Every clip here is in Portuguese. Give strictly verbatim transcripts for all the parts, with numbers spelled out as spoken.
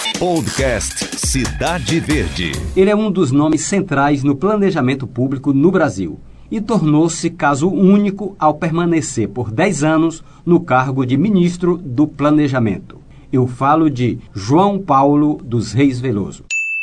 Podcast Cidade Verde. Ele é um dos nomes centrais no planejamento público no Brasil e tornou-se caso único ao permanecer por dez anos no cargo de ministro do Planejamento. Eu falo de João Paulo dos Reis Veloso.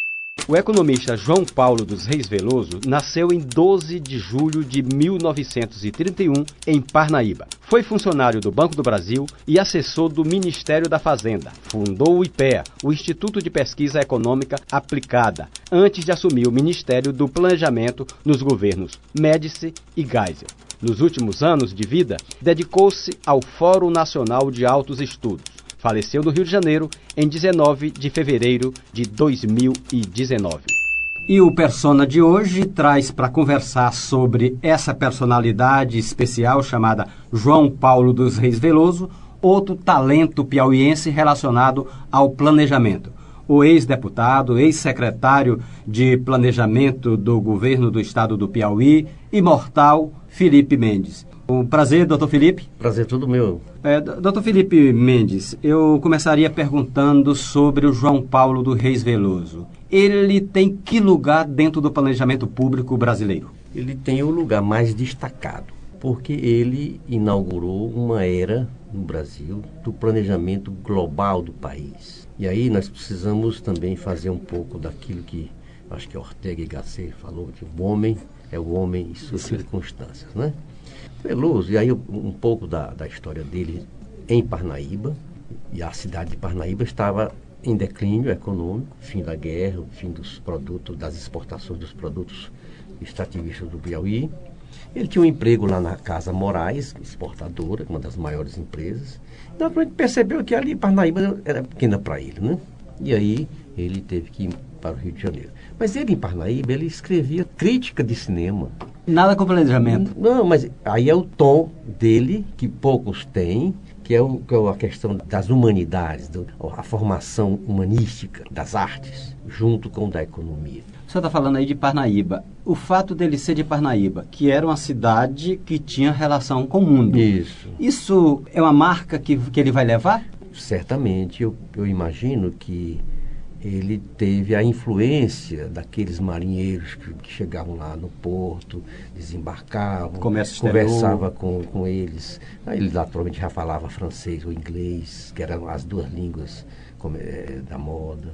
O economista João Paulo dos Reis Veloso nasceu em doze de julho de mil novecentos e trinta e um em Parnaíba. Foi funcionário do Banco do Brasil e assessor do Ministério da Fazenda. Fundou o I P E A, o Instituto de Pesquisa Econômica Aplicada, antes de assumir o Ministério do Planejamento nos governos Médici e Geisel. Nos últimos anos de vida, dedicou-se ao Fórum Nacional de Altos Estudos. Faleceu no Rio de Janeiro em dezenove de fevereiro de dois mil e dezenove. E o Persona de hoje traz para conversar sobre essa personalidade especial chamada João Paulo dos Reis Veloso, outro talento piauiense relacionado ao planejamento. O ex-deputado, ex-secretário de Planejamento do governo do estado do Piauí, imortal Felipe Mendes. Um prazer, doutor Felipe. Prazer todo meu. É, doutor Felipe Mendes, eu começaria perguntando sobre o João Paulo dos Reis Veloso. Ele tem que lugar dentro do planejamento público brasileiro? Ele tem o lugar mais destacado, porque ele inaugurou uma era no Brasil do planejamento global do país. E aí nós precisamos também fazer um pouco daquilo que acho que Ortega y Gasset falou, que o homem é o homem em suas circunstâncias, né? Veloso, e aí um pouco da, da história dele em Parnaíba, e a cidade de Parnaíba estava em declínio econômico, fim da guerra, fim dos produtos, das exportações dos produtos extrativistas do Piauí. Ele tinha um emprego lá na Casa Moraes, exportadora, uma das maiores empresas. Então a gente percebeu que ali Parnaíba era pequena para ele, né? E aí ele teve que ir para o Rio de Janeiro. Mas ele em Parnaíba, ele escrevia crítica de cinema. Nada com planejamento. Não, mas aí é o tom dele, que poucos têm, que é, o, que é a questão das humanidades, do, a formação humanística das artes, junto com da economia. O senhor está falando aí de Parnaíba. O fato dele ser de Parnaíba, que era uma cidade que tinha relação com o mundo. Isso. Isso é uma marca que, que ele vai levar? Certamente. Eu, eu imagino que ele teve a influência daqueles marinheiros que, que chegavam lá no porto, desembarcavam, conversava com, com eles. Aí ele naturalmente já falava francês ou inglês, que eram as duas línguas como, é, da moda.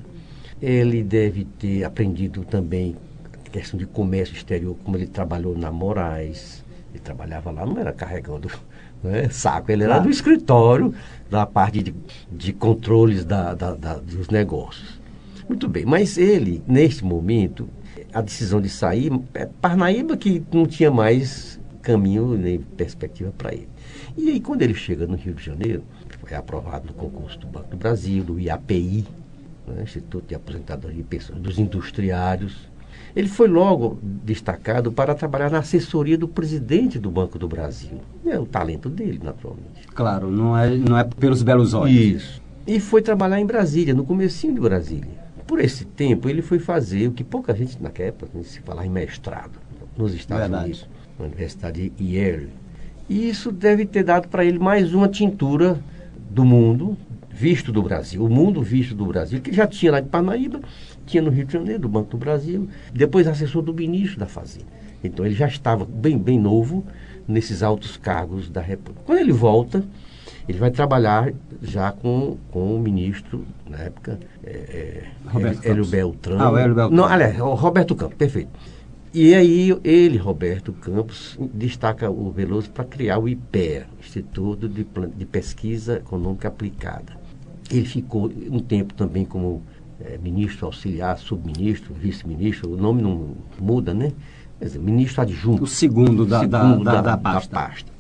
Ele deve ter aprendido também a questão de comércio exterior, como ele trabalhou na Moraes. Ele trabalhava lá, não era carregando, né, saco, ele era claro, do escritório, da parte de, de controles da, da, da, dos negócios. Muito bem, mas ele, neste momento, a decisão de sair, é Parnaíba que não tinha mais caminho nem perspectiva para ele. E aí, quando ele chega no Rio de Janeiro, foi aprovado no concurso do Banco do Brasil, do I A P I, né, Instituto de Aposentadoria de Pensões dos Industriários. Ele foi logo destacado para trabalhar na assessoria do presidente do Banco do Brasil. É o talento dele, naturalmente. Claro, não é, não é pelos belos olhos. Isso. E foi trabalhar em Brasília, no comecinho de Brasília. Por esse tempo, ele foi fazer o que pouca gente naquela época se falava em mestrado, nos Estados Verdade. Unidos, na Universidade de Yale. E isso deve ter dado para ele mais uma tintura do mundo visto do Brasil, o mundo visto do Brasil, que já tinha lá de Parnaíba, tinha no Rio de Janeiro, do Banco do Brasil, depois assessor do ministro da Fazenda. Então ele já estava bem, bem novo nesses altos cargos da República. Quando ele volta, ele vai trabalhar já com, com o ministro, na época, é, é, Hélio Beltrão. Ah, o Hélio Beltrão. Não, aliás, o Roberto Campos, perfeito. E aí ele, Roberto Campos, destaca o Veloso para criar o I P E A, Instituto de, de Pesquisa Econômica Aplicada. Ele ficou um tempo também como é, ministro auxiliar, subministro, vice-ministro, o nome não muda, né? Quer dizer, ministro adjunto. O segundo da, segundo da, da, da, da, pasta. da pasta.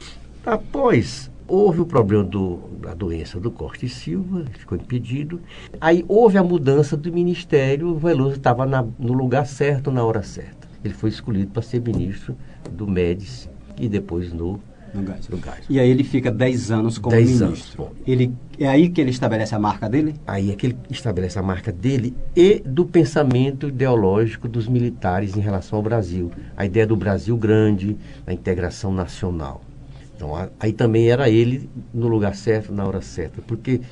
Após, houve o problema do, da doença do Costa e Silva, ficou impedido. Aí houve a mudança do ministério, o Veloso estava no lugar certo, na hora certa. Ele foi escolhido para ser ministro do Médici e depois no No Geisel. No Geisel. E aí ele fica dez anos como dez ministro. Anos, bom. Ele, é aí que ele estabelece a marca dele? Aí é que ele estabelece a marca dele e do pensamento ideológico dos militares em relação ao Brasil. A ideia do Brasil grande, a integração nacional. Então, a, aí também era ele no lugar certo, na hora certa. Porque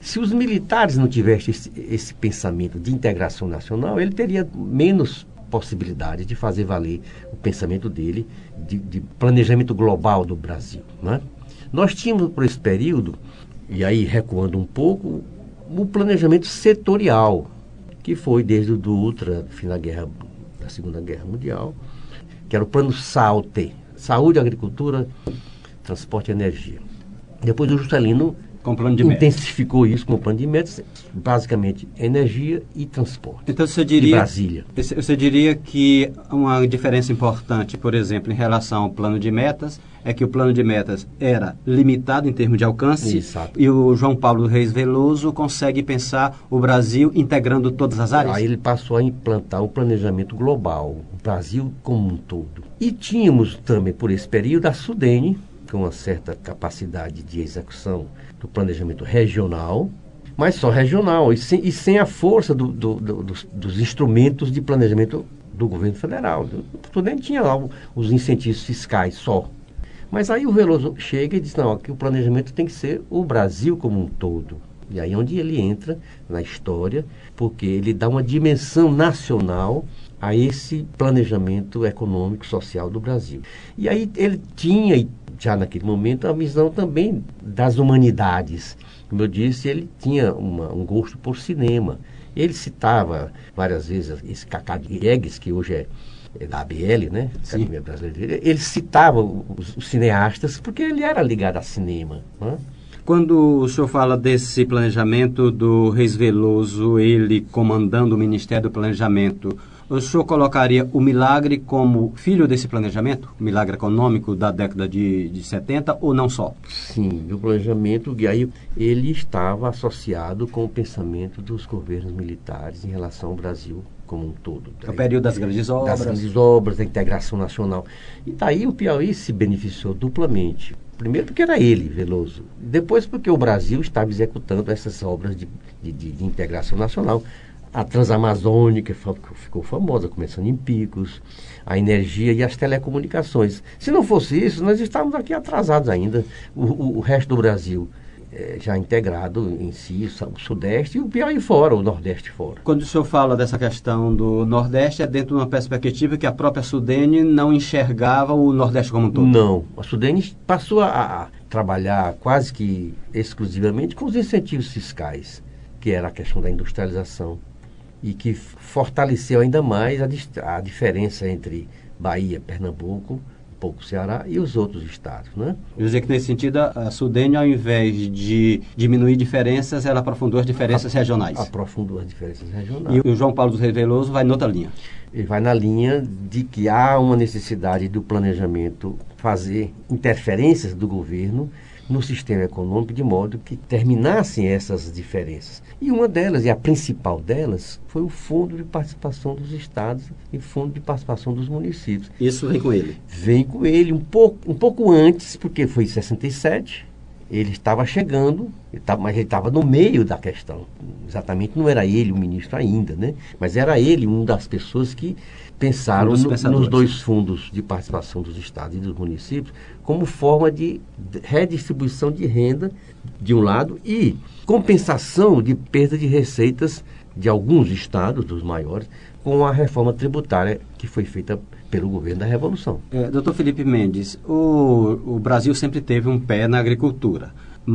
Se os militares não tivessem esse, esse pensamento de integração nacional, ele teria menos possibilidade de fazer valer o pensamento dele de, de planejamento global do Brasil, né? Nós tínhamos, por esse período, e aí recuando um pouco, o planejamento setorial, que foi desde o Dutra, fim da, guerra, da Segunda Guerra Mundial, que era o plano SALT, Saúde, Agricultura, Transporte e Energia. Depois o Juscelino com plano de intensificou metas. isso com o plano de metas, basicamente energia e transporte. Então você diria, Brasília. Você diria que uma diferença importante, por exemplo, em relação ao plano de metas, é que o plano de metas era limitado em termos de alcance. Exato. E o João Paulo Reis Veloso consegue pensar o Brasil integrando todas as áreas? Aí ele passou a implantar o planejamento global, o Brasil como um todo. E tínhamos também, por esse período, a Sudene, com uma certa capacidade de execução do planejamento regional, mas só regional, e sem, e sem a força do, do, do, dos, dos instrumentos de planejamento do governo federal. O Sudene tinha lá os incentivos fiscais só. Mas aí o Veloso chega e diz, não, que o planejamento tem que ser o Brasil como um todo. E aí é onde ele entra na história, porque ele dá uma dimensão nacional a esse planejamento econômico, social do Brasil. E aí ele tinha, já naquele momento, a visão também das humanidades. Como eu disse, ele tinha uma, um gosto por cinema. Ele citava várias vezes esse Cacá Diegues, que hoje é, é da A B L, né? Academia Brasileira. Ele citava os, os cineastas porque ele era ligado a cinema, né? Quando o senhor fala desse planejamento do Reis Veloso, ele comandando o Ministério do Planejamento, o senhor colocaria o milagre como filho desse planejamento? O milagre econômico da década de, de setenta ou não só? Sim, o planejamento, e aí ele estava associado com o pensamento dos governos militares em relação ao Brasil como um todo. É o período das grandes obras. Das grandes obras, da integração nacional. E daí o Piauí se beneficiou duplamente. Primeiro porque era ele, Veloso. Depois porque o Brasil estava executando essas obras de, de, de integração nacional. A Transamazônica ficou famosa, começando em Picos, a energia e as telecomunicações. Se não fosse isso, nós estávamos aqui atrasados ainda. O, o, o resto do Brasil é, já integrado em si, o Sudeste e o Piauí fora, o Nordeste fora. Quando o senhor fala dessa questão do Nordeste, é dentro de uma perspectiva que a própria Sudene não enxergava o Nordeste como um todo? Não. A Sudene passou a, a trabalhar quase que exclusivamente com os incentivos fiscais, que era a questão da industrialização, e que fortaleceu ainda mais a, a diferença entre Bahia, Pernambuco, um pouco Ceará e os outros estados, né? Eu dizer que nesse sentido a Sudene, ao invés de diminuir diferenças, ela aprofundou as diferenças a, regionais. Aprofundou as diferenças regionais. E o João Paulo dos Reis Veloso vai noutra linha. Ele vai na linha de que há uma necessidade do planejamento fazer interferências do governo no sistema econômico de modo que terminassem essas diferenças. E uma delas, e a principal delas, foi o Fundo de Participação dos Estados e Fundo de Participação dos Municípios. Isso vem com ele? Vem com ele um pouco, um pouco antes, porque foi em sessenta e sete, ele estava chegando, ele tava, mas ele estava no meio da questão. Exatamente, não era ele o ministro ainda, né? Mas era ele uma das pessoas que pensaram um no, nos dois fundos de participação dos estados e dos municípios como forma de redistribuição de renda, de um lado, e compensação de perda de receitas de alguns estados, dos maiores, com a reforma tributária que foi feita pelo governo da Revolução. É, doutor Felipe Mendes, o, o Brasil sempre teve um pé na agricultura,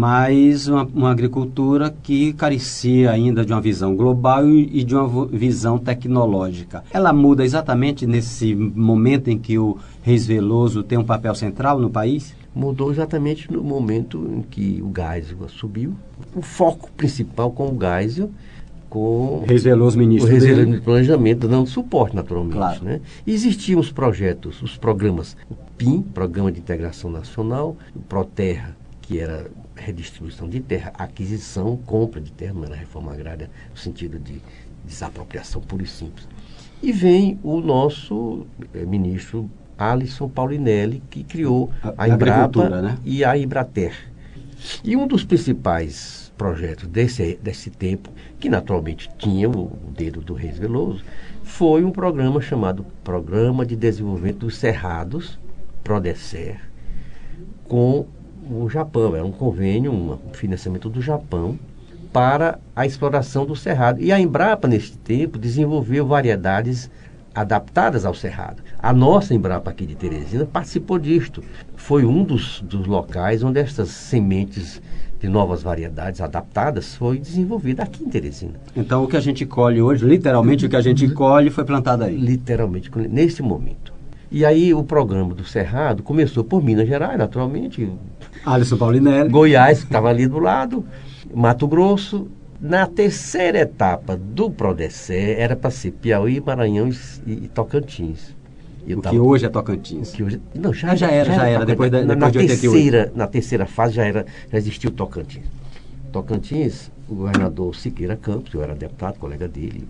mas uma, uma agricultura que carecia ainda de uma visão global e, e de uma visão tecnológica. Ela muda exatamente nesse momento em que o Reis Veloso tem um papel central no país? Mudou exatamente no momento em que o Geisel subiu. O foco principal com o Geisel, com Reis Veloso, ministro o Reis dele. Veloso de planejamento, dando suporte naturalmente. Claro. Né? Existiam os projetos, os programas, o P I M, Programa de Integração Nacional, o ProTerra, que era redistribuição de terra, aquisição, compra de terra, não era reforma agrária no sentido de desapropriação pura e simples. E vem o nosso eh, ministro Alisson Paulinelli, que criou a, a Embrapa, né? E a Embrater. E um dos principais projetos desse, desse tempo, que naturalmente tinha o, o dedo do Reis Veloso, foi um programa chamado Programa de Desenvolvimento dos Cerrados, PRODECER, com o Japão. Era um convênio, um financiamento do Japão para a exploração do cerrado. E a Embrapa, neste tempo, desenvolveu variedades adaptadas ao cerrado. A nossa Embrapa aqui de Teresina participou disto. Foi um dos, dos locais onde estas sementes de novas variedades adaptadas foi desenvolvida aqui em Teresina. Então, o que a gente colhe hoje, literalmente o que a gente colhe foi plantado aí? Literalmente, neste momento. E aí o programa do Cerrado começou por Minas Gerais, naturalmente. Alisson Paulinelli. Goiás, que estava ali do lado, Mato Grosso. Na terceira etapa do Prodecé, era para ser Piauí, Maranhão e, e Tocantins. O tava, que hoje é Tocantins. Que hoje, não, já, ah, já era, já, já era, era depois, da, depois na, de oitenta e oito. Terceira, na terceira fase já, era, já existiu o Tocantins. Tocantins, o governador Siqueira Campos, eu era deputado, colega dele,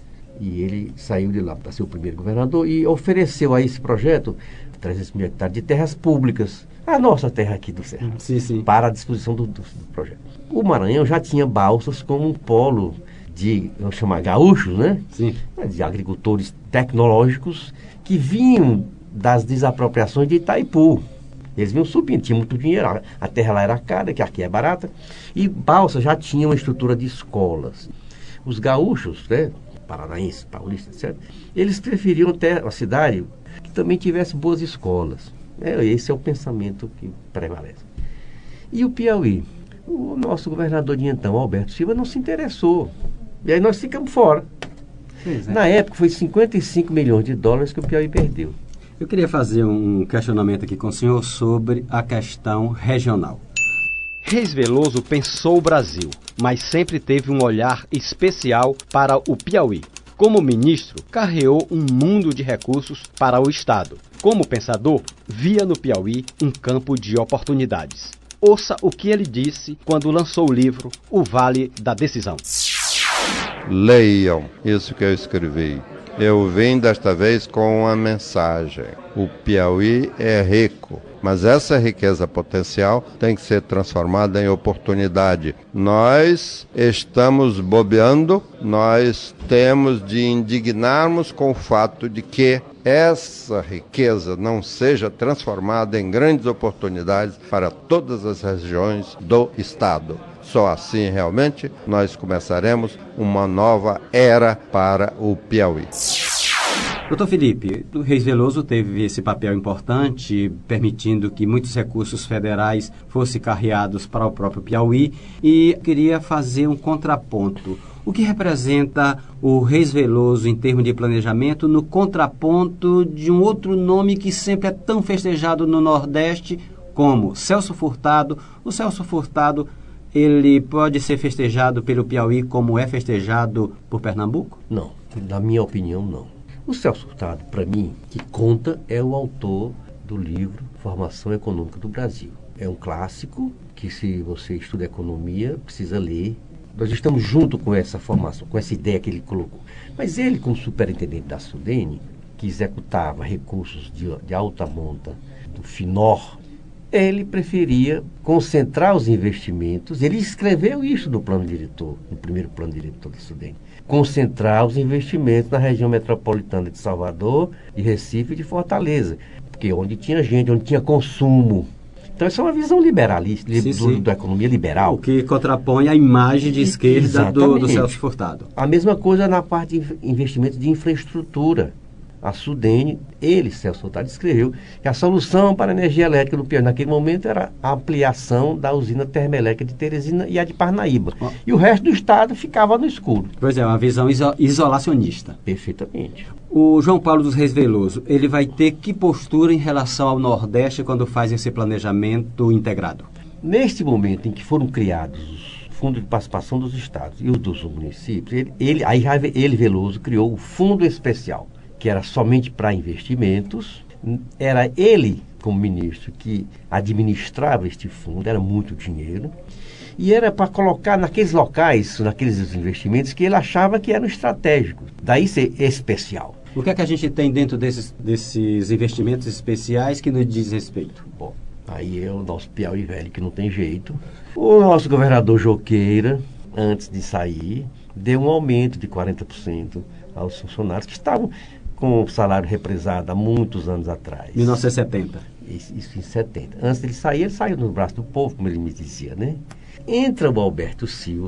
e ele saiu de lá para ser o primeiro governador e ofereceu a esse projeto trezentos mil hectares de terras públicas, a nossa terra aqui do Cerrado, sim, sim. para a disposição do, do, do projeto. O Maranhão já tinha Balsas como um polo de, vamos chamar, gaúchos, né? Sim. De agricultores tecnológicos que vinham das desapropriações de Itaipu. Eles vinham subindo, tinha muito dinheiro, a terra lá era cara, que aqui é barata, e Balsas já tinha uma estrutura de escolas. Os gaúchos, né, paranaenses, paulistas, etcétera, eles preferiam ter uma cidade que também tivesse boas escolas. É, esse é o pensamento que prevalece. E o Piauí? O nosso governador de então, Alberto Silva, não se interessou. E aí nós ficamos fora. É. Na época foi cinquenta e cinco milhões de dólares que o Piauí perdeu. Eu queria fazer um questionamento aqui com o senhor sobre a questão regional. Reis Veloso pensou o Brasil, mas sempre teve um olhar especial para o Piauí. Como ministro, carreou um mundo de recursos para o Estado. Como pensador, via no Piauí um campo de oportunidades. Ouça o que ele disse quando lançou o livro O Vale da Decisão. Leiam isso que eu escrevi. Eu vim desta vez com uma mensagem. O Piauí é rico, mas essa riqueza potencial tem que ser transformada em oportunidade. Nós estamos bobeando, nós temos de indignarmos com o fato de que essa riqueza não seja transformada em grandes oportunidades para todas as regiões do Estado. Só assim, realmente, nós começaremos uma nova era para o Piauí. Doutor Felipe, o Reis Veloso teve esse papel importante, permitindo que muitos recursos federais fossem carreados para o próprio Piauí, e queria fazer um contraponto. O que representa o Reis Veloso em termos de planejamento no contraponto de um outro nome que sempre é tão festejado no Nordeste como Celso Furtado? O Celso Furtado, ele pode ser festejado pelo Piauí como é festejado por Pernambuco? Não, na minha opinião, não. O Celso Furtado, para mim, que conta, é o autor do livro Formação Econômica do Brasil. É um clássico que, se você estuda economia, precisa ler. Nós estamos junto com essa formação, com essa ideia que ele colocou. Mas ele, como superintendente da Sudene, que executava recursos de, de alta monta, do Finor, ele preferia concentrar os investimentos. Ele escreveu isso no plano diretor, no primeiro plano diretor da Sudene. Concentrar os investimentos na região metropolitana de Salvador, de Recife e de Fortaleza, porque onde tinha gente, onde tinha consumo. Então, essa é uma visão liberalista, sim, do, sim. da economia liberal. O que contrapõe a imagem de esquerda do, do Celso Furtado. A mesma coisa na parte de investimentos de infraestrutura. A Sudene, ele, Celso Furtado, escreveu que a solução para a energia elétrica no Piauí naquele momento era a ampliação da usina termoelétrica de Teresina e a de Parnaíba. Oh. E o resto do estado ficava no escuro. Pois é, uma visão iso- isolacionista. Perfeitamente. O João Paulo dos Reis Veloso, ele vai ter que postura em relação ao Nordeste quando faz esse planejamento integrado? Neste momento em que foram criados os fundos de participação dos estados e os dos municípios, ele, ele, aí ele, Veloso, criou o Fundo Especial, que era somente para investimentos. Era ele, como ministro, que administrava este fundo, era muito dinheiro, e era para colocar naqueles locais, naqueles investimentos que ele achava que eram estratégicos, daí ser especial. O que é que a gente tem dentro desses, desses investimentos especiais que nos diz respeito? Bom, aí é o nosso Piauí velho, que não tem jeito. O nosso governador Joqueira, antes de sair, deu um aumento de quarenta por cento aos funcionários que estavam com o salário represado há muitos anos atrás. mil novecentos e setenta. Isso, isso em setenta. Antes dele sair, ele saiu no braço do povo, como ele me dizia, né? Entra o Alberto Silva,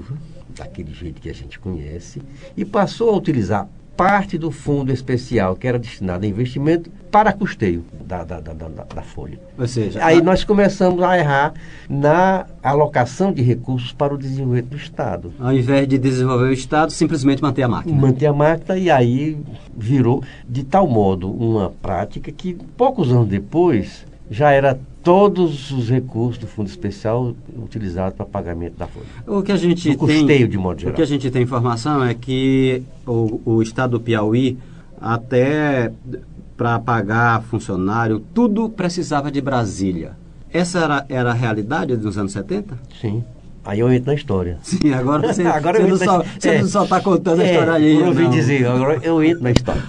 daquele jeito que a gente conhece, e passou a utilizar parte do fundo especial que era destinado a investimento para custeio da, da, da, da, da folha. Ou seja, aí a... nós começamos a errar na alocação de recursos para o desenvolvimento do Estado. Ao invés de desenvolver o Estado, simplesmente manter a máquina. Manter a máquina, e aí virou de tal modo uma prática que poucos anos depois já era todos os recursos do Fundo Especial utilizados para pagamento da folha. O que a gente do custeio, tem, de modo geral. O que a gente tem informação é que o, o Estado do Piauí, até para pagar funcionário, tudo precisava de Brasília. Essa era, era a realidade dos anos setenta? Sim. Aí eu entro na história. Sim, agora você, agora você, não, na... só, você é, não só está contando a é, história aí. Eu ouvi não. dizer, agora eu entro na história.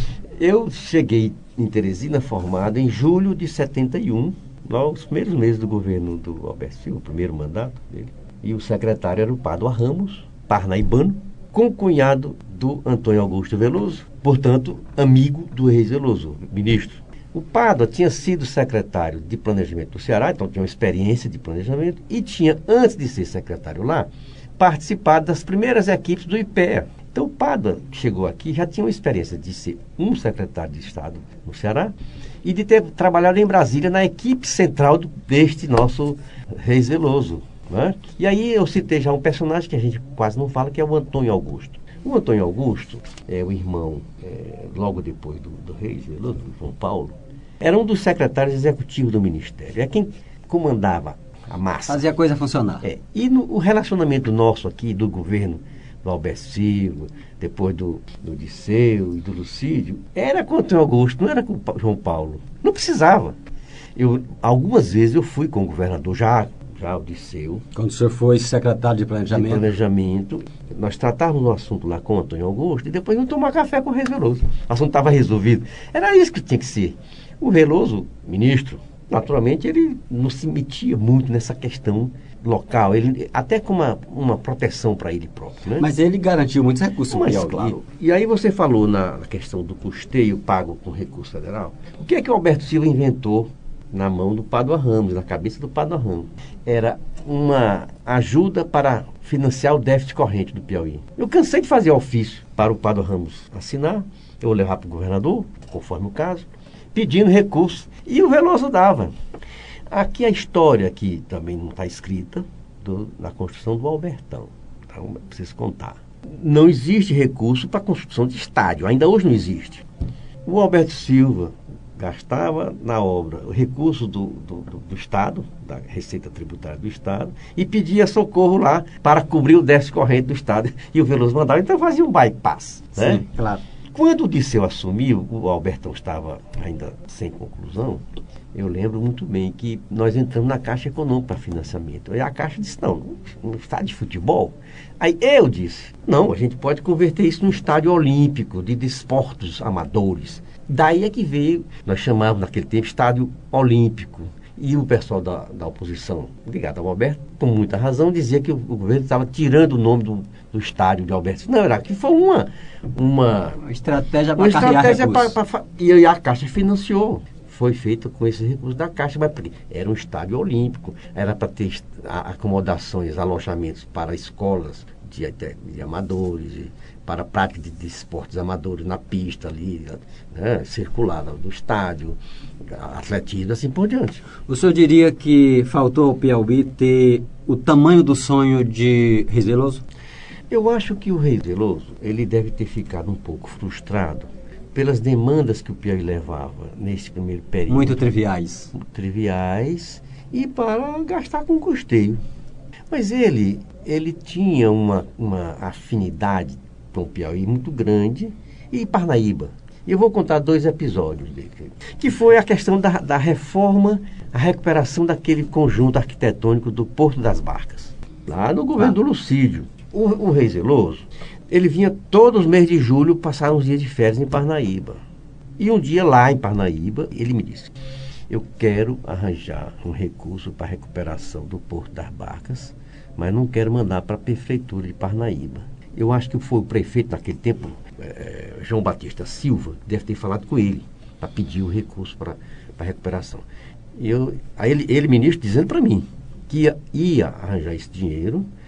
Eu cheguei em Teresina formado em julho de setenta e um, nos primeiros meses do governo do Alberto Silva, o primeiro mandato dele. E o secretário era o Pádua Ramos, parnaibano, concunhado do Antônio Augusto Veloso, portanto, amigo do Reis Veloso, ministro. O Pádua tinha sido secretário de planejamento do Ceará, então tinha uma experiência de planejamento, e tinha, antes de ser secretário lá, participado das primeiras equipes do I P E A. Então o Pádua chegou aqui, já tinha uma experiência de ser um secretário de Estado no Ceará e de ter trabalhado em Brasília na equipe central do, deste nosso Reis Veloso. Né? E aí eu citei já um personagem que a gente quase não fala, que é o Antônio Augusto. O Antônio Augusto, é o irmão, é, logo depois do, do Reis Veloso, do João Paulo, era um dos secretários executivos do Ministério. É quem comandava a massa. Fazia a coisa funcionar. É. E no, o relacionamento nosso aqui, do governo do Alberto Silva, depois do, do Disseu e do Lucídio, era com o Antônio Augusto, não era com o João Paulo. Não precisava. Eu, algumas vezes eu fui com o governador, já, já o Disseu. Quando o senhor foi secretário de planejamento? De planejamento. Nós tratávamos o assunto lá com o Antônio Augusto e depois íamos tomar café com o Reis Veloso. O assunto estava resolvido. Era isso que tinha que ser. O Veloso, ministro, naturalmente, ele não se metia muito nessa questão local, ele, até com uma, uma proteção para ele próprio. Né? Mas ele garantiu muitos recursos. Mas, Piauí. claro. E aí você falou na questão do custeio pago com recurso federal. O que é que o Alberto Silva inventou na mão do Pádua Ramos, na cabeça do Pádua Ramos? Era uma ajuda para financiar o déficit corrente do Piauí. Eu cansei de fazer ofício para o Pádua Ramos assinar, eu vou levar para o governador, conforme o caso, pedindo recursos. E o Veloso dava. Aqui a história, que também não está escrita, do, da construção do Albertão. Então, preciso contar. Não existe recurso para a construção de estádio. Ainda hoje não existe. O Alberto Silva gastava na obra o recurso do, do, do, do Estado, da Receita Tributária do Estado, e pedia socorro lá para cobrir o déficit corrente do Estado. E o Veloso mandava, então fazia um bypass. Sim, né? Claro. Quando o Disseu assumiu, o Albertão estava ainda sem conclusão. Eu lembro muito bem que nós entramos na Caixa Econômica para financiamento. Aí a Caixa disse, não, no estádio de futebol. Aí eu disse, não, a gente pode converter isso num estádio olímpico de desportos amadores. Daí é que veio, nós chamávamos naquele tempo estádio olímpico. E o pessoal da, da oposição, ligado ao Alberto, com muita razão, dizia que o, o governo estava tirando o nome do, do estádio de Alberto. Não, era que foi uma... Uma, uma estratégia para uma carregar estratégia recursos. Pra, pra, e aí a Caixa financiou. Foi feita com esses recursos da Caixa, mas era um estádio olímpico, era para ter acomodações, alojamentos para escolas de, de, de amadores, de, para a prática de, de esportes amadores na pista ali, né, circular do estádio, atletismo, assim por diante. O senhor diria que faltou ao Piauí ter o tamanho do sonho de Reis Veloso? Eu acho que o Reis Veloso, ele deve ter ficado um pouco frustrado pelas demandas que o Piauí levava nesse primeiro período. Muito triviais. Triviais e para gastar com custeio. Mas ele, ele tinha uma, uma afinidade com o Piauí muito grande e Parnaíba. E eu vou contar dois episódios dele. Que foi a questão da, da reforma, a recuperação daquele conjunto arquitetônico do Porto das Barcas. Lá no governo ah. do Lucídio. O, o Reis Veloso, ele vinha todos os meses de julho passar uns dias de férias em Parnaíba. E um dia lá em Parnaíba, ele me disse, eu quero arranjar um recurso para a recuperação do Porto das Barcas, mas não quero mandar para a prefeitura de Parnaíba. Eu acho que foi o prefeito naquele tempo, é, João Batista Silva, deve ter falado com ele, para pedir o recurso para a recuperação. E eu, aí ele, ele, ministro, dizendo para mim que ia, ia arranjar esse dinheiro,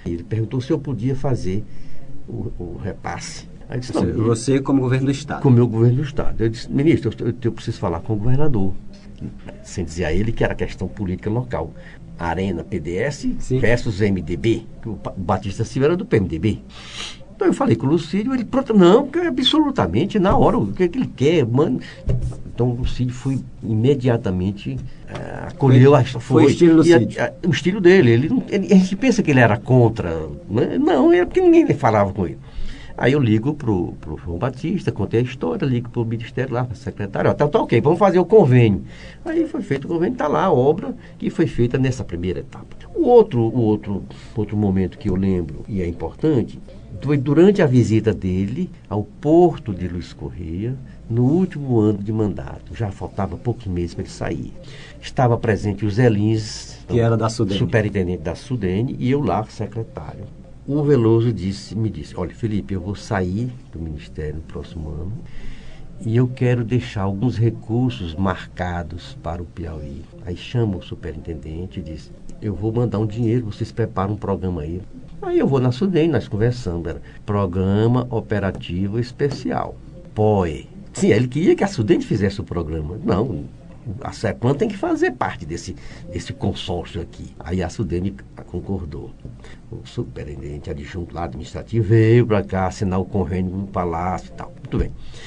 Ele perguntou se eu podia fazer o, o repasse. Aí eu disse, não, você como governo do Estado? Como meu governo do Estado. Eu disse, ministro, eu, eu preciso falar com o governador. Sem dizer a ele que era questão política local. Arena P D S Sim. versus M D B. O Batista Silva era do P M D B. Então eu falei com o Lucídio, ele, pronto, não, absolutamente, na hora, o que, é que ele quer, mano. Então o Lucídio foi imediatamente, uh, acolheu foi, a... Foi, foi o estilo Lucídio. A, a, o estilo dele, ele, ele, a gente pensa que ele era contra, né? Não, era porque ninguém falava com ele. Aí eu ligo pro, pro João Batista, contei a história, ligo pro Ministério lá, para a secretária, ó, tá, tá ok, vamos fazer o convênio. Aí foi feito o convênio, tá lá a obra que foi feita nessa primeira etapa. O outro, o outro, outro momento que eu lembro, e é importante, foi durante a visita dele ao porto de Luiz Correia, no último ano de mandato. Já faltava poucos meses para ele sair. Estava presente o Zé Lins, que era da Sudene, superintendente da Sudene, e eu lá, secretário. O Veloso disse, me disse, olha, Felipe, eu vou sair do Ministério no próximo ano e eu quero deixar alguns recursos marcados para o Piauí. Aí chama o superintendente e diz, eu vou mandar um dinheiro, vocês preparam um programa aí. Aí eu vou na Sudene, nós conversamos, era Programa Operativo Especial, P O E. Sim, ele queria que a Sudene fizesse o programa. Não, a Serplan tem que fazer parte desse, desse consórcio aqui. Aí a Sudene concordou. O superintendente adjunto lá administrativo veio para cá assinar o convênio no Palácio e tal. Muito bem.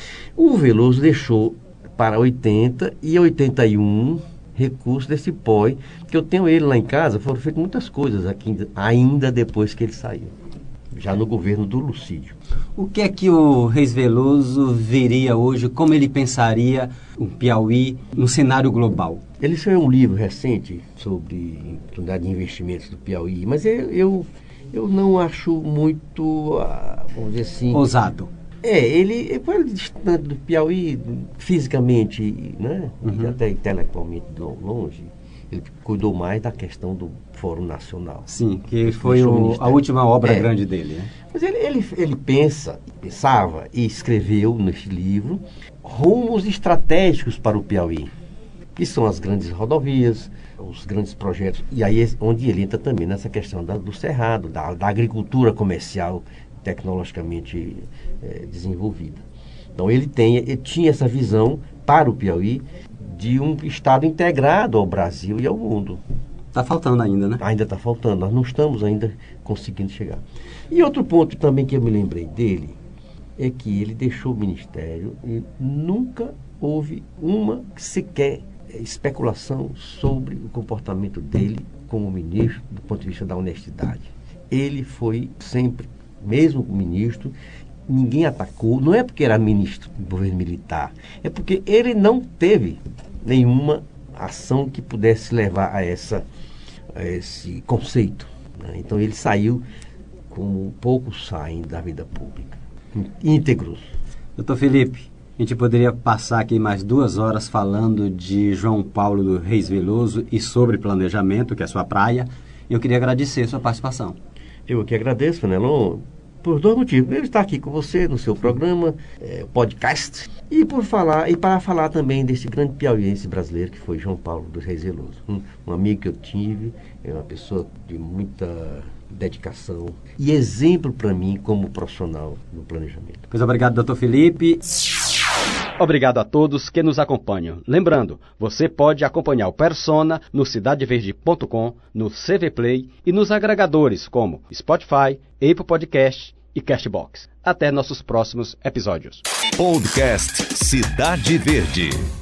O Veloso deixou para oitenta e oitenta e um recursos desse P O E, que eu tenho ele lá em casa, foram feitas muitas coisas aqui, ainda depois que ele saiu. Já no governo do Lucídio. O que é que o Reis Veloso veria hoje, como ele pensaria o Piauí no cenário global? Ele escreveu um livro recente sobre oportunidade de investimentos do Piauí, mas eu, eu, eu não acho muito, vamos dizer assim... Ousado. É, ele, ele distante do Piauí fisicamente, né? Uhum. E até intelectualmente longe. Ele cuidou mais da questão do Fórum Nacional. Sim, que foi o, a última obra é. grande dele. Né? Mas ele, ele, ele pensa, pensava e escreveu neste livro rumos estratégicos para o Piauí, que são as grandes rodovias, os grandes projetos, e aí onde ele entra também nessa questão da, do cerrado, da, da agricultura comercial tecnologicamente é, desenvolvida. Então ele, tem, ele tinha essa visão para o Piauí de um Estado integrado ao Brasil e ao mundo. Está faltando ainda, né? Ainda está faltando, nós não estamos ainda conseguindo chegar. E outro ponto também que eu me lembrei dele é que ele deixou o Ministério e nunca houve uma sequer especulação sobre o comportamento dele como ministro do ponto de vista da honestidade. Ele foi sempre, mesmo como ministro, ninguém atacou, não é porque era ministro do governo militar, é porque ele não teve nenhuma ação que pudesse levar a, essa, a esse conceito. Né? Então ele saiu como poucos saem da vida pública, íntegros. Doutor Felipe, a gente poderia passar aqui mais duas horas falando de João Paulo do Reis Veloso e sobre planejamento, que é a sua praia. Eu queria agradecer a sua participação. Eu que agradeço, Fenelon, por dois motivos. Ele está aqui com você no seu programa, é, podcast, e por falar, e para falar também desse grande piauiense brasileiro que foi João Paulo dos Reis Veloso. Um, um amigo que eu tive, é uma pessoa de muita dedicação e exemplo para mim como profissional no planejamento. Pois obrigado, doutor Felipe. Obrigado a todos que nos acompanham. Lembrando, você pode acompanhar o Persona no cidade verde ponto com, no C V Play e nos agregadores como Spotify, Apple Podcast e Castbox. Até nossos próximos episódios. Podcast Cidade Verde.